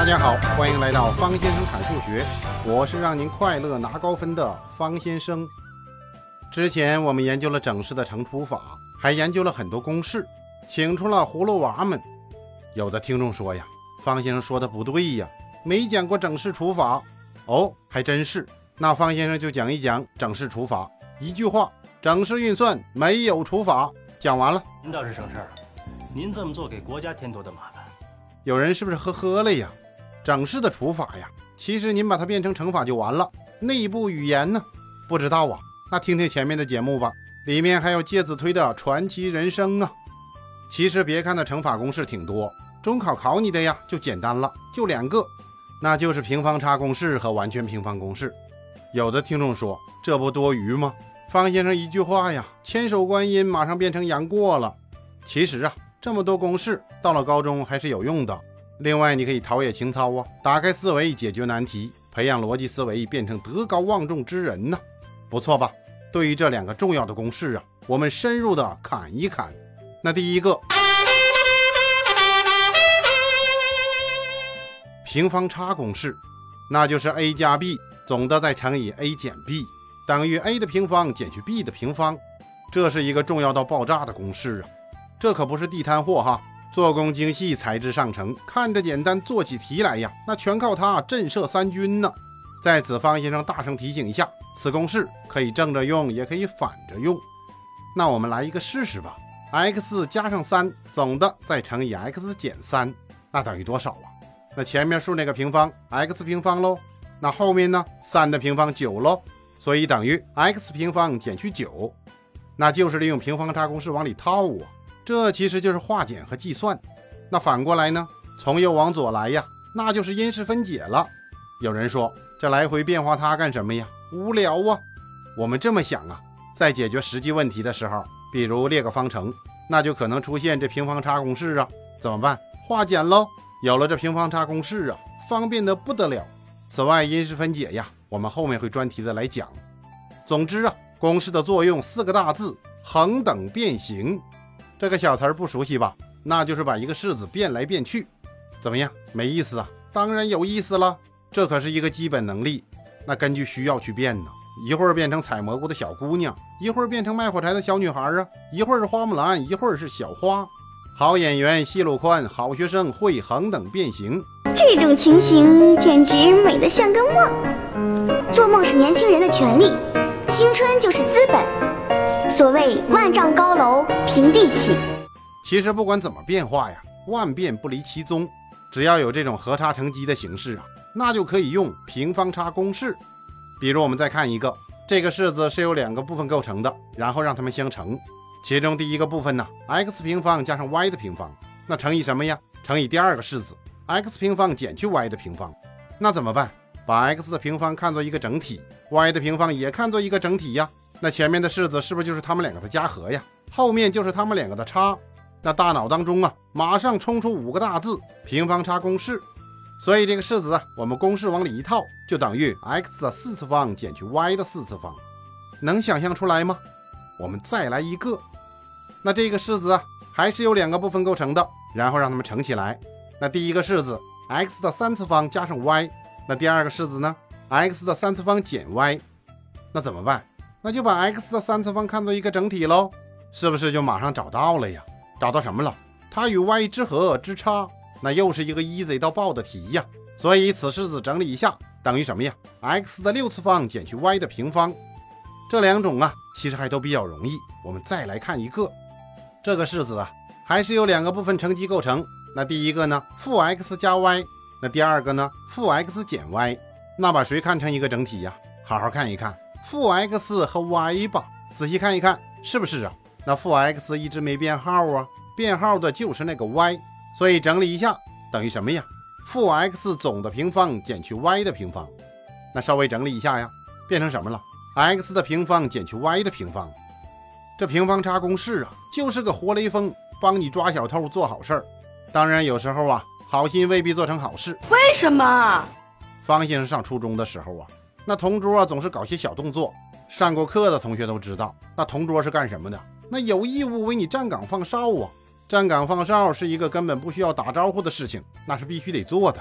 大家好，欢迎来到方先生侃数学，我是让您快乐拿高分的方先生。之前我们研究了整式的乘除法，还研究了很多公式，请出了葫芦娃们。有的听众说呀，方先生说的不对呀，没讲过整式除法。哦，还真是。那方先生就讲一讲整式除法。一句话，整式运算没有除法。讲完了。 您倒是省事儿，您这么做给国家添多大麻烦？ 有人是不是呵呵了呀？整式的除法呀，其实您把它变成乘法就完了。内部语言呢？不知道啊，那听听前面的节目吧，里面还有介子推的传奇人生啊。其实别看的乘法公式挺多，中考考你的呀就简单了，就2个，那就是平方差公式和完全平方公式。有的听众说，这不多余吗？方先生一句话呀，千手观音马上变成杨过了。其实啊，这么多公式到了高中还是有用的。另外你可以陶冶情操啊，打开思维解决难题，培养逻辑思维，变成德高望重之人呢，不错吧？对于这2个重要的公式啊，我们深入的看一看。那第一个，平方差公式，那就是 a 加 b 总的再乘以 a 减 b 等于 a 的平方减去 b 的平方。这是一个重要到爆炸的公式啊，这可不是地摊货哈。做工精细，材质上乘，看着简单，做起题来呀，那全靠它震慑3军呢。在此，方先生大声提醒一下，此公式可以正着用，也可以反着用。那我们来一个试试吧。x 加上3总的再乘以 x 减3，那等于多少啊？那前面数那个平方 x 平方喽，那后面呢3的平方9喽，所以等于 x 平方减去9，那就是利用平方差公式往里套啊。这其实就是化简和计算。那反过来呢，从右往左来呀，那就是因式分解了。有人说，这来回变化它干什么呀？无聊啊。我们这么想啊，在解决实际问题的时候，比如列个方程，那就可能出现这平方差公式啊，怎么办？化简喽。有了这平方差公式啊，方便得不得了。此外，因式分解呀，我们后面会专题的来讲。总之啊，公式的作用4个大字：恒等变形。这个小词儿不熟悉吧？那就是把一个式子变来变去。怎么样？没意思啊？当然有意思了，这可是一个基本能力。那根据需要去变呢，一会儿变成采蘑菇的小姑娘，一会儿变成卖火柴的小女孩啊，一会儿是花木兰，一会儿是小花。好演员戏路宽，好学生会恒等变形。 这种情形简直美得像个梦。做梦是年轻人的权利，青春就是资本。所谓万丈高楼平地起。 其实不管怎么变化呀，万变不离其宗，只要有这种和差乘积的形式啊，那就可以用平方差公式。比如我们再看一个，这个式子是由2个部分构成的，然后让它们相乘。其中第一个部分呢 ，x 平方加上 y 的平方，那乘以什么呀？乘以第2个式子 x 平方减去 y 的平方。那怎么办？把 x 的平方看作一个整体， y 的平方也看作一个整体呀。那前面的式子是不是就是它们2个的加和呀？后面就是它们2个的差。那大脑当中啊，马上冲出5个大字：平方差公式。所以这个式子啊，我们公式往里一套，就等于 x 的4次方减去 y 的4次方。能想象出来吗？我们再来一个。那这个式子啊，还是由2个部分构成的，然后让它们乘起来。那第一个式子 x 的3次方加上 y， 那第2个式子呢 x 的3次方减 y。 那怎么办？那就把 x 的3次方看作一个整体喽，是不是就马上找到了呀？找到什么了？它与 y 之和之差，那又是一个 easy 到爆的题呀。所以此式子整理一下，等于什么呀？ x 的6次方减去 y 的平方。这2种啊，其实还都比较容易。我们再来看一个，这个式子啊，还是由2个部分乘积构成。那第一个呢，负 x 加 y， 那第2个呢，负 x 减 y。那把谁看成一个整体呀？好好看一看负 x 和 y 吧，仔细看一看，是不是啊？那负 x 一直没变号啊，变号的就是那个 y， 所以整理一下，等于什么呀？负 x 总的平方减去 y 的平方。那稍微整理一下呀，变成什么了？ x 的平方减去 y 的平方。这平方差公式啊，就是个活雷锋，帮你抓小偷做好事儿。当然有时候啊，好心未必做成好事。 为什么？ 方先生上初中的时候啊，那同桌啊总是搞些小动作，上过课的同学都知道，那同桌是干什么的？那有义务为你站岗放哨啊。站岗放哨是一个根本不需要打招呼的事情，那是必须得做的。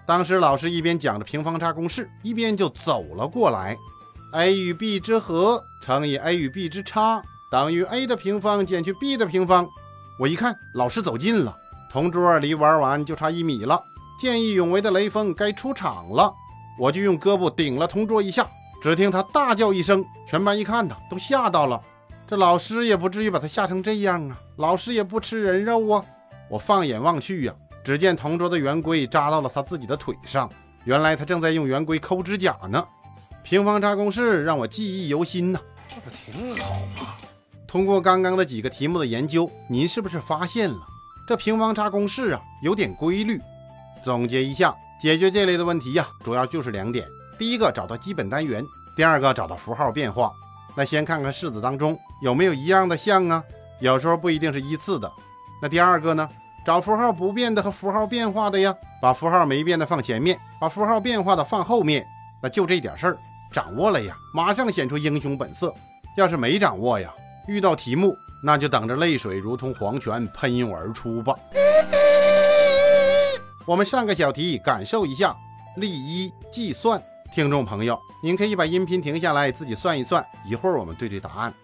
当时老师一边讲着平方差公式，一边就走了过来。a 与 b 之和乘以 a 与 b 之差等于 a 的平方减去 b 的平方。我一看老师走近了，同桌离玩完就差1米了，见义勇为的雷锋该出场了，我就用胳膊顶了同桌一下。只听他大叫一声，全班一看呢，都吓到了。这老师也不至于把他吓成这样啊，老师也不吃人肉啊。我放眼望去呀，只见同桌的圆规扎到了他自己的腿上，原来他正在用圆规抠指甲呢。平方差公式让我记忆犹新呢， 这不挺好吗？ 通过刚刚的几个题目的研究，您是不是发现了这平方差公式啊有点规律？总结一下，解决这类的问题呀，主要就是2点：第一个找到基本单元，第二个找到符号变化。那先看看式子当中有没有一样的项啊，有时候不一定是依次的。那第二个呢，找符号不变的和符号变化的呀，把符号没变的放前面，把符号变化的放后面。那就这点事儿，掌握了呀，马上显出英雄本色。要是没掌握呀，遇到题目那就等着泪水如同黄泉喷涌而出吧。我们上个小题感受一下例1计算。听众朋友，您可以把音频停下来自己算一算，一会儿我们对对答案。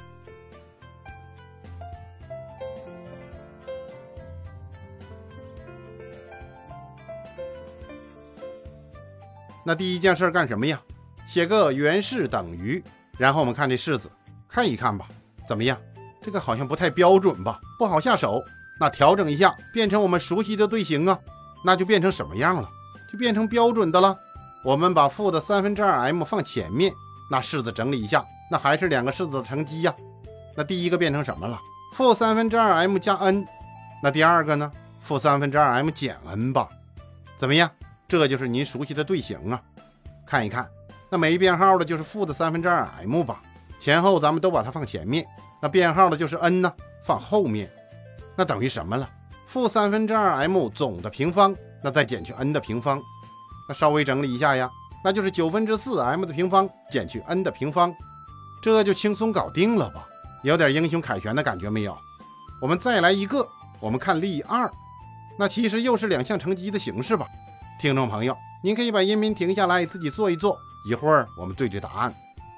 那第一件事干什么呀？写个原式等于，然后我们看这式子，看一看吧，怎么样？这个好像不太标准吧，不好下手。那调整一下，变成我们熟悉的队形啊，那就变成什么样了？就变成标准的了。我们把负的2/3m 放前面，那式子整理一下，那还是2个式子的乘积呀。那第一个变成什么了？负2/3m 加 n。那第二个呢？负2/3m 减 n 吧。怎么样？这就是您熟悉的队形啊。看一看，那没变号的就是负的2/3m 吧，前后咱们都把它放前面。那变号的就是 n 呢，放后面。那等于什么了？负2/3m 总的平方，那再减去 n 的平方。那稍微整理一下呀，那就是4/9m 的平方减去 n 的平方，这就轻松搞定了吧？有点英雄凯旋的感觉没有？我们再来一个，我们看例2，那其实又是2项乘积的形式吧？听众朋友，您可以把音频停下来自己做一做，一会儿我们对对答案。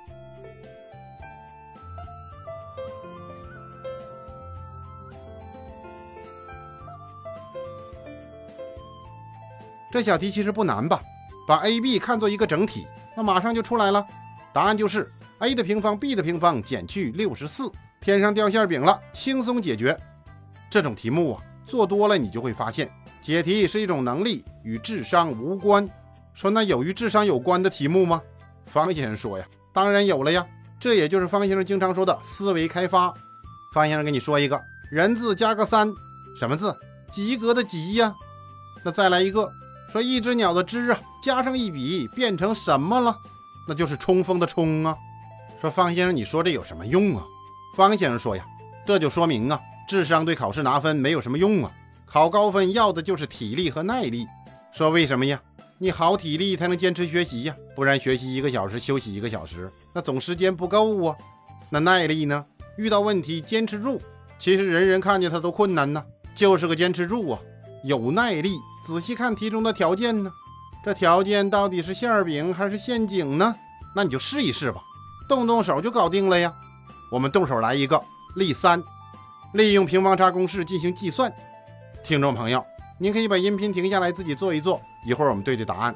这小题其实不难吧？把 AB 看作一个整体，那马上就出来了。答案就是 a 的平方 b 的平方减去64，天上掉馅饼了，轻松解决。这种题目啊，做多了你就会发现，解题是一种能力，与智商无关。说那有与智商有关的题目吗？方先生说呀，当然有了呀。这也就是方先生经常说的思维开发。方先生跟你说一个，人字加个3，什么字？及格的及呀。那再来一个，说一只鸟的只啊，加上一笔变成什么了？那就是冲锋的冲啊。说方先生，你说这有什么用啊？方先生说呀，这就说明啊，智商对考试拿分没有什么用啊，考高分要的就是体力和耐力。说为什么呀？你好体力才能坚持学习呀，不然学习1个小时休息1个小时，那总时间不够啊。那耐力呢？遇到问题坚持住，其实人人看见它都困难呢，就是个坚持住啊。有耐力，仔细看题中的条件呢，这条件到底是馅饼还是陷阱呢？那你就试一试吧，动动手就搞定了呀。我们动手来一个例3，利用平方差公式进行计算。听众朋友，您可以把音频停下来自己做一做，一会儿我们对对答案。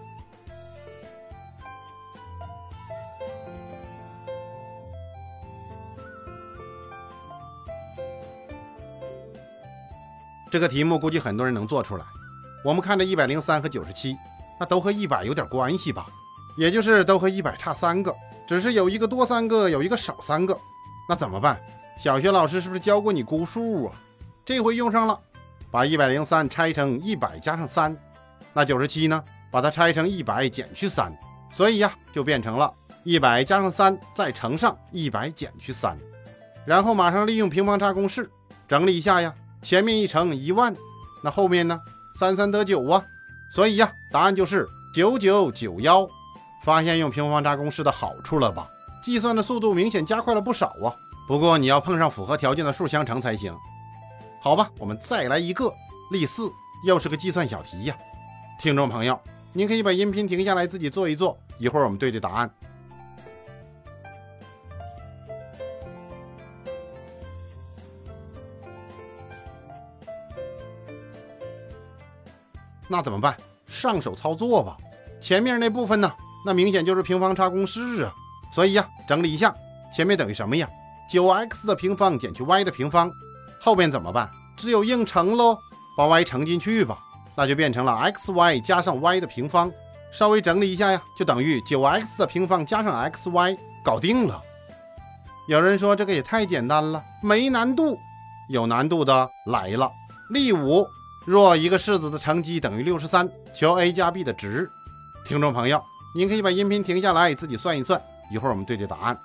这个题目估计很多人能做出来。我们看着103和97，那都和100有点关系吧，也就是都和100差3个，只是有一个多3个，有一个少3个。那怎么办？小学老师是不是教过你估数啊？这回用上了，把103拆成100加上3，那97呢？把它拆成100减去3，所以呀，就变成了100加上3再乘上100减去3。然后马上利用平方差公式整理一下呀，前面一乘10000，那后面呢？3 3得9啊，所以呀，答案就是9991。发现用平方差公式的好处了吧？计算的速度明显加快了不少啊。不过你要碰上符合条件的数相乘才行。好吧，我们再来一个例4，又是个计算小题呀。听众朋友， 您可以把音频停下来自己做一做，一会儿我们对对答案。那怎么办？上手操作吧。前面那部分呢，那明显就是平方差公式啊。所以呀，整理一下，前面等于什么呀？ 9x 的平方减去 y 的平方。后边怎么办？只有硬乘喽，把 y 乘进去吧，那就变成了 xy 加上 y 的平方。稍微整理一下呀，就等于 9x 的平方加上 xy， 搞定了。有人说这个也太简单了，没难度。有难度的来了。例5，若一个式子的乘积等于63，求 a 加 b 的值。听众朋友，您可以把音频停下来自己算一算，一会儿我们对对答案。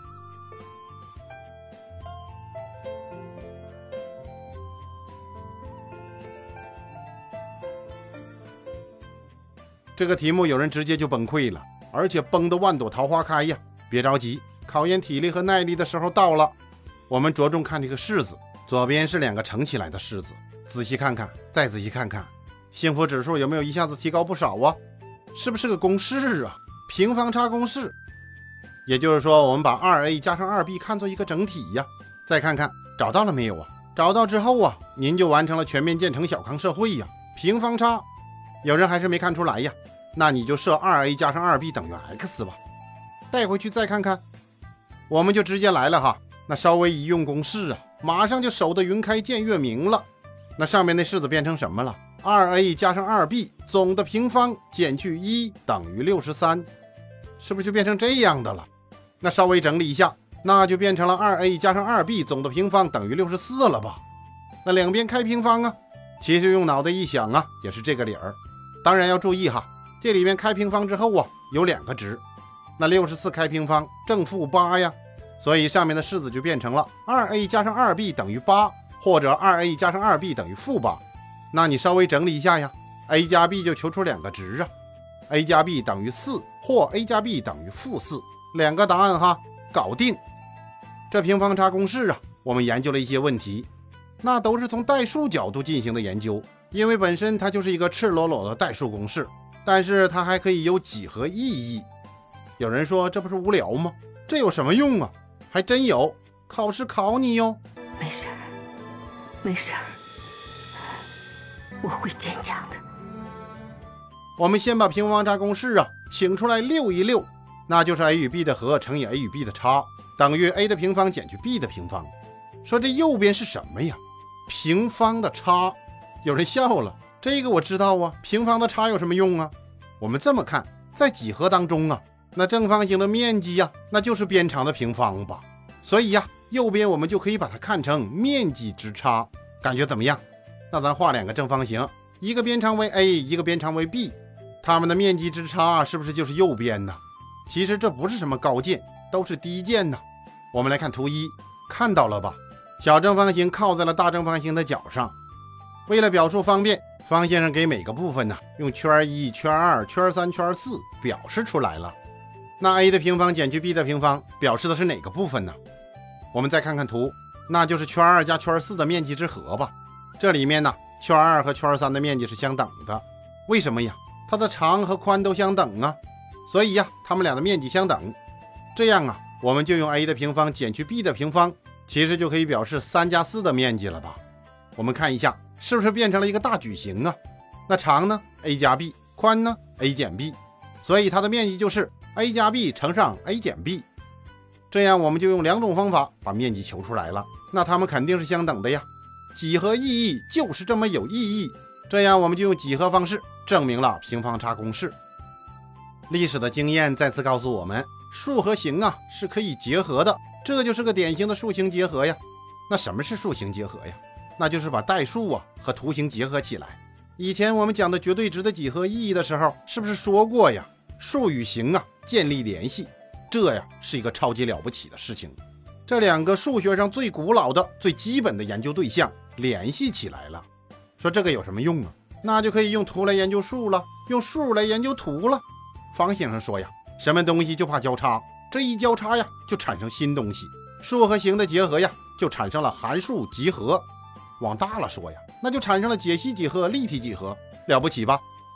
这个题目有人直接就崩溃了，而且崩得万朵桃花开呀！别着急，考验体力和耐力的时候到了。我们着重看这个式子，左边是2个乘起来的式子，仔细看看，再仔细看看，幸福指数有没有一下子提高不少啊？是不是个公式啊？平方差公式。也就是说，我们把 2a 加上 2b 看作一个整体呀。再看看找到了没有啊？找到之后啊，您就完成了全面建成小康社会呀。平方差，有人还是没看出来呀？那你就设 2a 加上 2b 等于 x 吧。带回去再看看，我们就直接来了哈。那稍微一用公式啊，马上就守得云开见月明了。那上面那式子变成什么了？ 2a 加上 2b 总的平方减去1等于63，是不是就变成这样的了？那稍微整理一下，那就变成了 2a 加上 2b 总的平方等于64了吧？那两边开平方啊，其实用脑袋一想啊，也是这个理儿。当然要注意哈，这里面开平方之后啊，有2个值。那64开平方正负8呀，所以上面的式子就变成了 2a 加上 2b 等于8，或者 2a 加上 2b 等于负8。那你稍微整理一下呀 ，a 加 b 就求出2个值啊 ，a 加 b 等于4，或 a 加 b 等于负4，2个答案哈，搞定。这平方差公式啊，我们研究了一些问题，那都是从代数角度进行的研究，因为本身它就是一个赤裸裸的代数公式，但是它还可以有几何意义。有人说这不是无聊吗？这有什么用啊？还真有，考试考你哟。 没事儿，没事儿，我会坚强的。 我们先把平方差公式啊请出来溜一溜，那就是 a 与 b 的和乘以 a 与 b 的差等于 a 的平方减去 b 的平方。说这右边是什么呀？平方的差。有人笑了，这个我知道啊，平方的差有什么用啊？我们这么看，在几何当中啊，那正方形的面积呀，那就是边长的平方吧。所以呀，右边我们就可以把它看成面积之差，感觉怎么样？那咱画2个正方形，一个边长为 a， 一个边长为 b， 它们的面积之差是不是就是右边呢？其实这不是什么高键，都是低键呢。我们来看图1，看到了吧？小正方形靠在了大正方形的角上。为了表述方便，方先生给每个部分呢用圈1、圈2、圈3、圈4表示出来了。那 a 的平方减去 b 的平方表示的是哪个部分呢？我们再看看图，那就是圈2加圈4的面积之和吧。这里面呢，圈2和圈3的面积是相等的。为什么呀？它的长和宽都相等啊，所以呀，它们俩的面积相等。这样啊，我们就用 a 的平方减去 b 的平方，其实就可以表示3加4的面积了吧？我们看一下，是不是变成了一个大矩形啊？那长呢 a 加 b， 宽呢 a 减 b， 所以它的面积就是 a 加 b 乘上 a 减 b。这样我们就用2种方法把面积求出来了，那它们肯定是相等的呀。几何意义就是这么有意义。这样我们就用几何方式证明了平方差公式。历史的经验再次告诉我们，数和形啊是可以结合的，这就是个典型的数形结合呀。那什么是数形结合呀？那就是把代数啊和图形结合起来。以前我们讲的绝对值的几何意义的时候，是不是说过呀？数与形啊建立联系，这呀是一个超级了不起的事情。这2个数学上最古老的、最基本的研究对象联系起来了。说这个有什么用啊？那就可以用图来研究数了，用数来研究图了。方先生说呀，什么东西就怕交叉，这一交叉呀就产生新东西。数和形的结合呀，就产生了函数集合。往大了说呀，那就产生了解析几何、立体几何，了不起吧？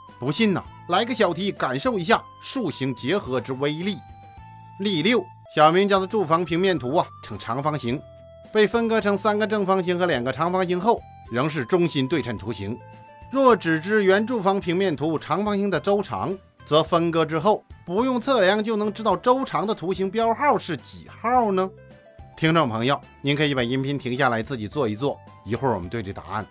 不信呢，来个小题感受一下树形结合之威力。例6，小明家的住房平面图啊呈长方形，被分割成3个正方形和2个长方形后，仍是中心对称图形。若只知原住房平面图长方形的周长，则分割之后不用测量就能知道周长的图形标号是几号呢？听众朋友，您可以把音频停下来自己做一做，一会儿我们对对答案。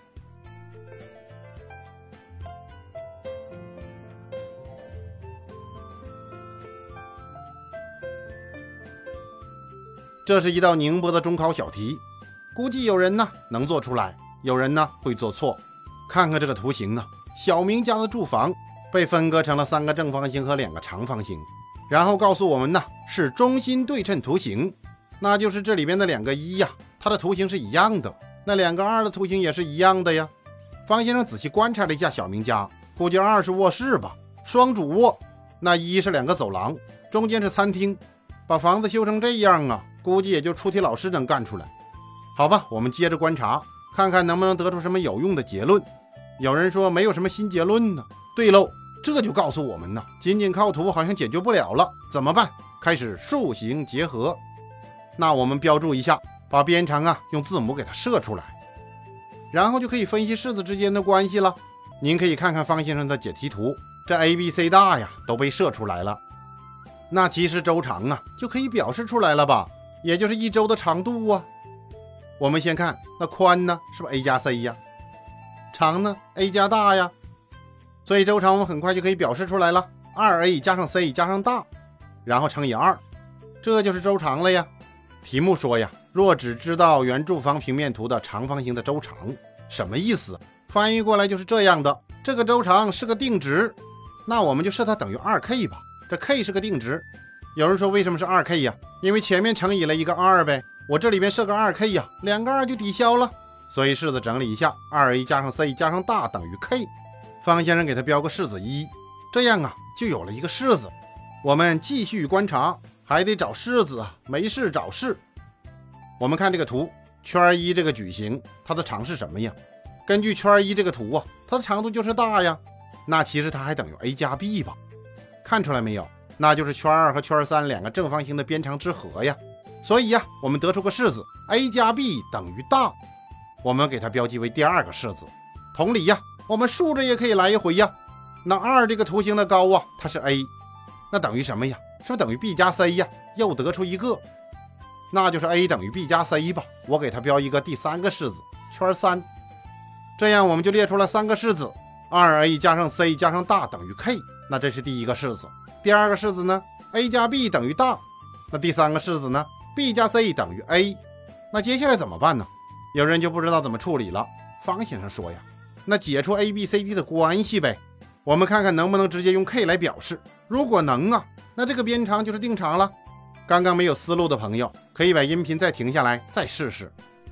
这是一道宁波的中考小题，估计有人呢能做出来，有人呢会做错。看看这个图形啊，小明家的住房被分割成了3个正方形和2个长方形，然后告诉我们呢是中心对称图形，那就是这里边的2个1呀，它的图形是一样的，那2个2的图形也是一样的呀。方先生仔细观察了一下小明家，估计2是卧室吧，双主卧，那1是2个走廊，中间是餐厅，把房子修成这样啊，估计也就出题老师能干出来。好吧，我们接着观察，看看能不能得出什么有用的结论。有人说没有什么新结论呢，对喽，这就告诉我们呢，仅仅靠图好像解决不了了，怎么办？开始树形结合。那我们标注一下，把边长啊用字母给它设出来，然后就可以分析式子之间的关系了。您可以看看方先生的解题图，这 ABC 大呀都被设出来了。那其实周长啊就可以表示出来了吧，也就是一周的长度啊。我们先看那宽呢，是不是 A 加 C 呀？长呢 A 加大呀，所以周长我们很快就可以表示出来了， 2A 加上 C 加上大，然后乘以2，这就是周长了呀。题目说呀，若只知道原住房平面图的长方形的周长，什么意思？翻译过来就是这样的，这个周长是个定值，那我们就设它等于 2K 吧，这 K 是个定值。有人说为什么是 2K 呀？因为前面乘以了一个2呗，我这里边设个 2K 呀，2个2就抵消了，所以式子整理一下， 2A 加上 C 加上大等于 K。 方先生给它标个式子1，这样啊就有了一个式子。我们继续观察，还得找式子啊，没事找式。我们看这个图，圈1这个矩形它的长是什么呀？根据圈1这个图啊，它的长度就是大呀，那其实它还等于 A 加 B 吧，看出来没有？那就是圈2和圈32个正方形的边长之和呀。所以呀，我们得出个式子 A 加 B 等于大，我们给它标记为第2个式子。同理呀，我们竖着也可以来一回呀。那2这个图形的高啊，它是 A， 那等于什么呀？是不是等于 B 加 C 呀？又得出一个，那就是 A 等于 B 加 C 吧，我给它标一个第3个式子圈3。这样我们就列出了3个式子， 2A 加上 C 加上大等于 K， 那这是第1个式子。第2个式子呢， A 加 B 等于大，那第3个式子呢， B 加 C 等于 A。 那接下来怎么办呢？有人就不知道怎么处理了。方先生说呀，那解出 ABCD 的关系呗，我们看看能不能直接用 K 来表示。如果能啊，那这个边长就是定长了。刚刚没有思路的朋友，可以把音频再停下来再试试。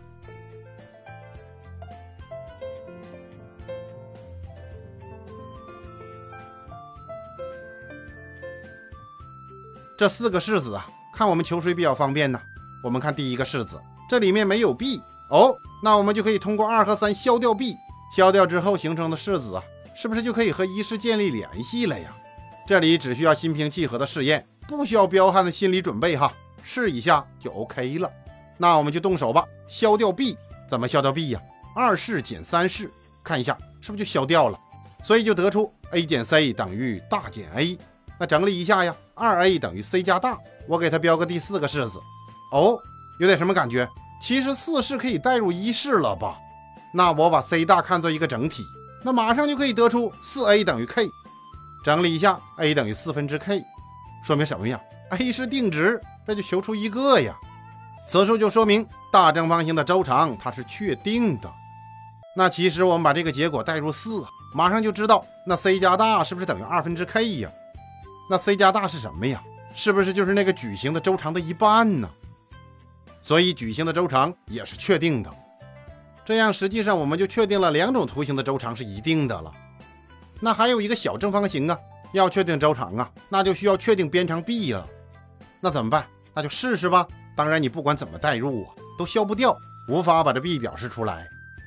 这4个式子啊，看我们求谁比较方便呢？我们看第1个式子，这里面没有 B 哦，那我们就可以通过2和3消掉 B， 消掉之后形成的式子啊，是不是就可以和1式建立联系了呀？这里只需要心平气和的试验，不需要彪悍的心理准备哈，试一下就 OK 了。那我们就动手吧，消掉 B。 怎么消掉 B 呀？2式减3式，看一下是不是就消掉了？所以就得出 A 减 C 等于大减 A。 那整理一下呀， 2A 等于 C 加大，我给它标个第4个式子。哦，有点什么感觉？其实4式可以代入1式了吧？那我把 C 大看作一个整体，那马上就可以得出 4A 等于 K。 整理一下， A 等于4分之 K， 说明什么呀？ A 是定值，这就求出一个呀。此处就说明大正方形的周长它是确定的。那其实我们把这个结果代入4啊，马上就知道那 C 加大是不是等于2分之 K 呀？那 C 加大是什么呀？是不是就是那个矩形的周长的一半呢？所以矩形的周长也是确定的。这样实际上我们就确定了2种图形的周长是一定的了。那还有一个小正方形啊，要确定周长啊，那就需要确定边长 B 了。那怎么办？那就试试吧。当然你不管怎么代入啊，都消不掉，无法把这 B 表示出来。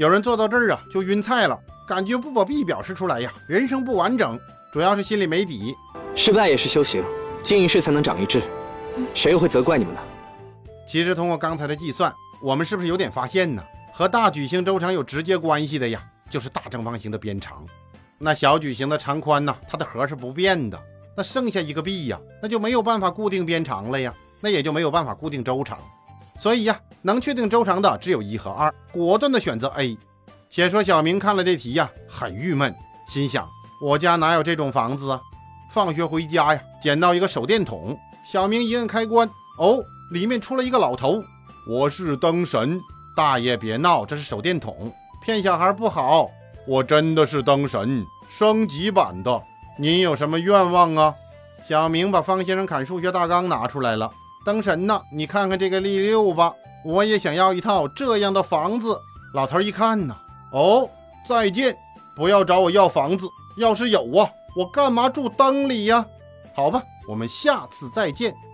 有人做到这儿啊就晕菜了，感觉不把 B 表示出来呀，人生不完整，主要是心里没底。 失败也是修行，经一事才能长一智，谁又会责怪你们呢？ 其实通过刚才的计算，我们是不是有点发现呢？和大矩形周长有直接关系的呀，就是大正方形的边长。那小矩形的长宽呢，它的和是不变的，那剩下一个 B 呀，那就没有办法固定边长了呀，那也就没有办法固定周长。所以呀，能确定周长的只有1和2，果断的选择 A。 且说小明看了这题呀，很郁闷，心想我家哪有这种房子啊？放学回家呀，捡到一个手电筒，小明一摁开关，哦，里面出了一个老头。我是灯神。大爷别闹，这是手电筒，骗小孩不好，我真的是灯神，升级版的，您有什么愿望啊？小明把方先生砍数学大纲拿出来了。灯神呢，你看看这个例6吧，我也想要一套这样的房子。老头一看呢，哦，再见，不要找我要房子，要是有啊，我干嘛住灯里呀？好吧，我们下次再见。